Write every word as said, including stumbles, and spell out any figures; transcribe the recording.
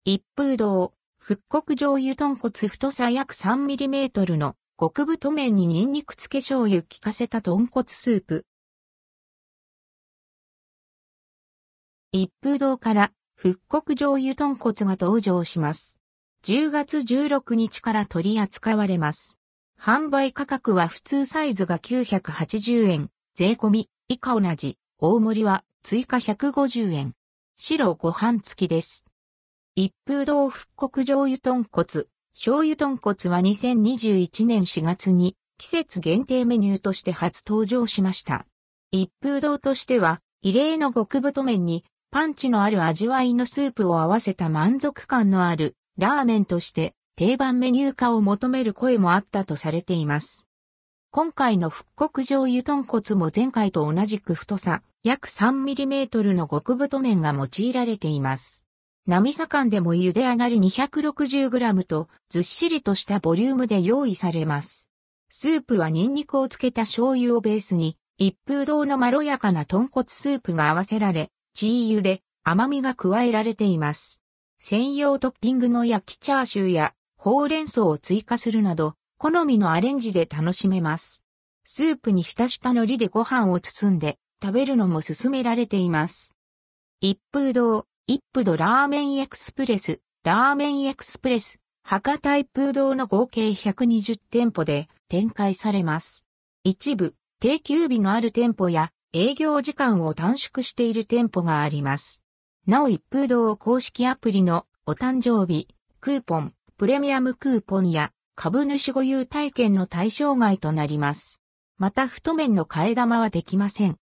一風堂、復刻醤油豚骨太さ約 さんミリメートル の極太麺にニンニク漬け醤油効かせた豚骨スープ。一風堂から復刻醤油豚骨が登場します。じゅうがつじゅうろくにちから取り扱われます。販売価格は普通サイズがきゅうひゃくはちじゅうえん、税込み、以下同じ、大盛りは追加ひゃくごじゅうえん。白ご飯付きです。一風堂復刻醤油豚骨。醤油豚骨はにせんにじゅういちねんしがつに季節限定メニューとして初登場しました。一風堂としては異例の極太麺にパンチのある味わいのスープを合わせた満足感のあるラーメンとして定番メニュー化を求める声もあったとされています。今回の復刻醤油豚骨も前回と同じく太さ約 さんミリメートル の極太麺が用いられています。並盛でも茹で上がり にひゃくろくじゅうグラム とずっしりとしたボリュームで用意されます。スープはニンニクをつけた醤油をベースに一風堂のまろやかな豚骨スープが合わせられ、チー油で甘みが加えられています。専用トッピングの焼きチャーシューやほうれん草を追加するなど、好みのアレンジで楽しめます。スープに浸した海苔でご飯を包んで食べるのも勧められています。一風堂、一風堂ラーメンエクスプレス、ラーメンエクスプレス、博多一風堂の合計ひゃくにじゅってんぽで展開されます。一部、定休日のある店舗や営業時間を短縮している店舗があります。なお一風堂公式アプリのお誕生日、クーポン、プレミアムクーポンや株主ご優待券の対象外となります。また太麺の替え玉はできません。